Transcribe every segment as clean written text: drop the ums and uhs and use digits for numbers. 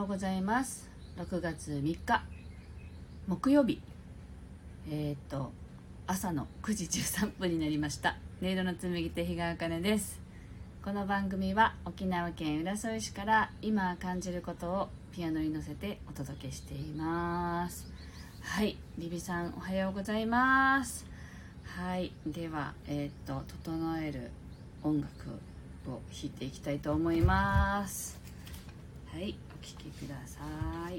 うございます。6月3日木曜日、朝の9時13分になりました。音色の紡手日川茜です。この番組は沖縄県浦添市から今感じることをピアノに乗せてお届けしています。はい、リビさんおはようございます。はい、では、整える音楽を弾いていきたいと思います。はい、お聴きください。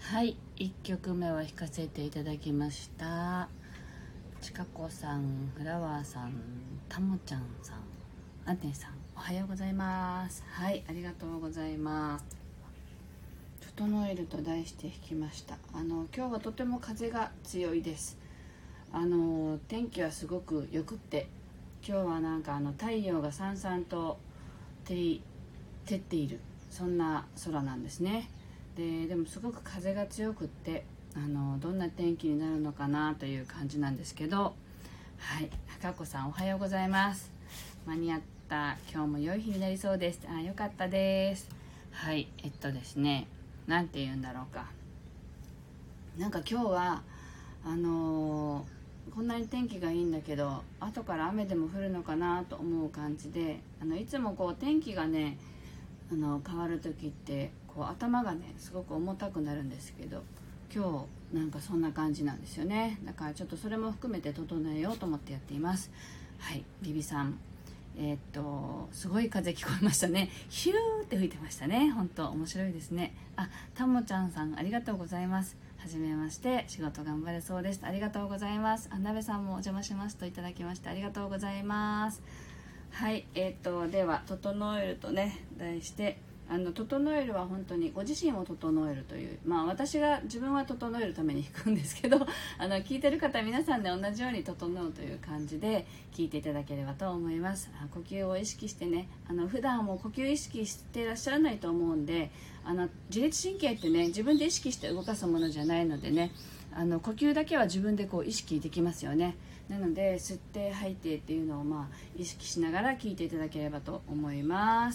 はい、1曲目は弾かせていただきました。ちかこさん、フラワーさん、たもちゃんさん、あんてんさん、おはようございます。はい、ありがとうございます。整えると題して弾きました。今日はとても風が強いです。天気はすごくよくって、今日はなんか太陽がさんさんと照っている、そんな空なんですね。でもすごく風が強くって、どんな天気になるのかなという感じなんですけど、はい、かこさんおはようございます。間に合った。今日も良い日になりそうです。よかったです。はい、ですね、なんて言うんだろうか、なんか今日はこんなに天気がいいんだけど、後から雨でも降るのかなと思う感じで、いつもこう天気がね変わる時ってこう頭がねすごく重たくなるんですけど、今日なんかそんな感じなんですよね。だからちょっとそれも含めて整えようと思ってやっています。はい、ビビさん、すごい風聞こえましたね。ヒューって吹いてましたね。本当面白いですね。たもちゃんさん、ありがとうございます。はじめまして、仕事頑張れそうです。ありがとうございます。なべさんもお邪魔しますといただきまして、ありがとうございます。はい、では整えるとね題して、整えるは本当にご自身を整えるという、私が自分は整えるために弾くんですけど聞いてる方皆さんで同じように整うという感じで聞いていただければと思います。呼吸を意識してね、普段も呼吸意識していらっしゃらないと思うんで、自律神経ってね自分で意識して動かすものじゃないのでね、呼吸だけは自分でこう意識できますよね。なので吸って吐いてっていうのを意識しながら聞いていただければと思います。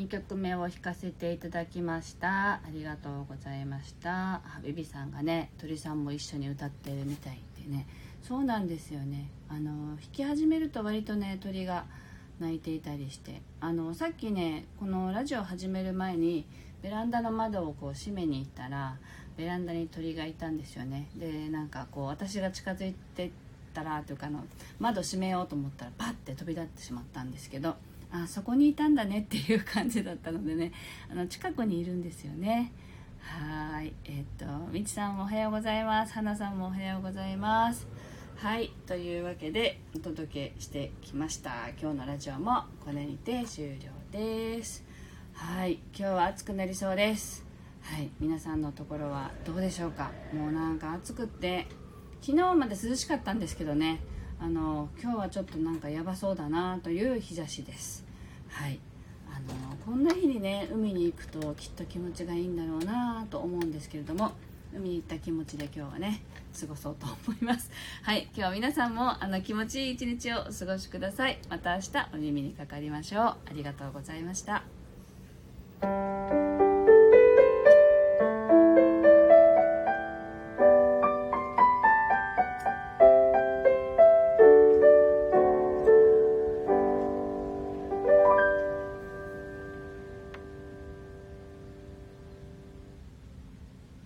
曲目を弾かせていただきました。ありがとうございました。ビビさんがね、鳥さんも一緒に歌ってるみたいでね、そうなんですよね。弾き始めると割とね鳥が鳴いていたりして、さっきねこのラジオ始める前にベランダの窓をこう閉めに行ったら、ベランダに鳥がいたんですよね。でなんかこう私が近づいてったらというか窓閉めようと思ったらパッて飛び立ってしまったんですけど、そこにいたんだねっていう感じだったのでね、近くにいるんですよね。はい、みちさんもおはようございます。はなさんもおはようございます。はい、というわけでお届けしてきました。今日のラジオもこれにて終了です。はい、今日は暑くなりそうです。はい、皆さんのところはどうでしょうか。もうなんか暑くって、昨日まで涼しかったんですけどね、今日はちょっとなんかやばそうだなという日差しです。はい、こんな日にね海に行くときっと気持ちがいいんだろうなと思うんですけれども、海に行った気持ちで今日はね過ごそうと思います。はい、今日は皆さんも気持ちいい一日をお過ごしください。また明日お耳にかかりましょう。ありがとうございました。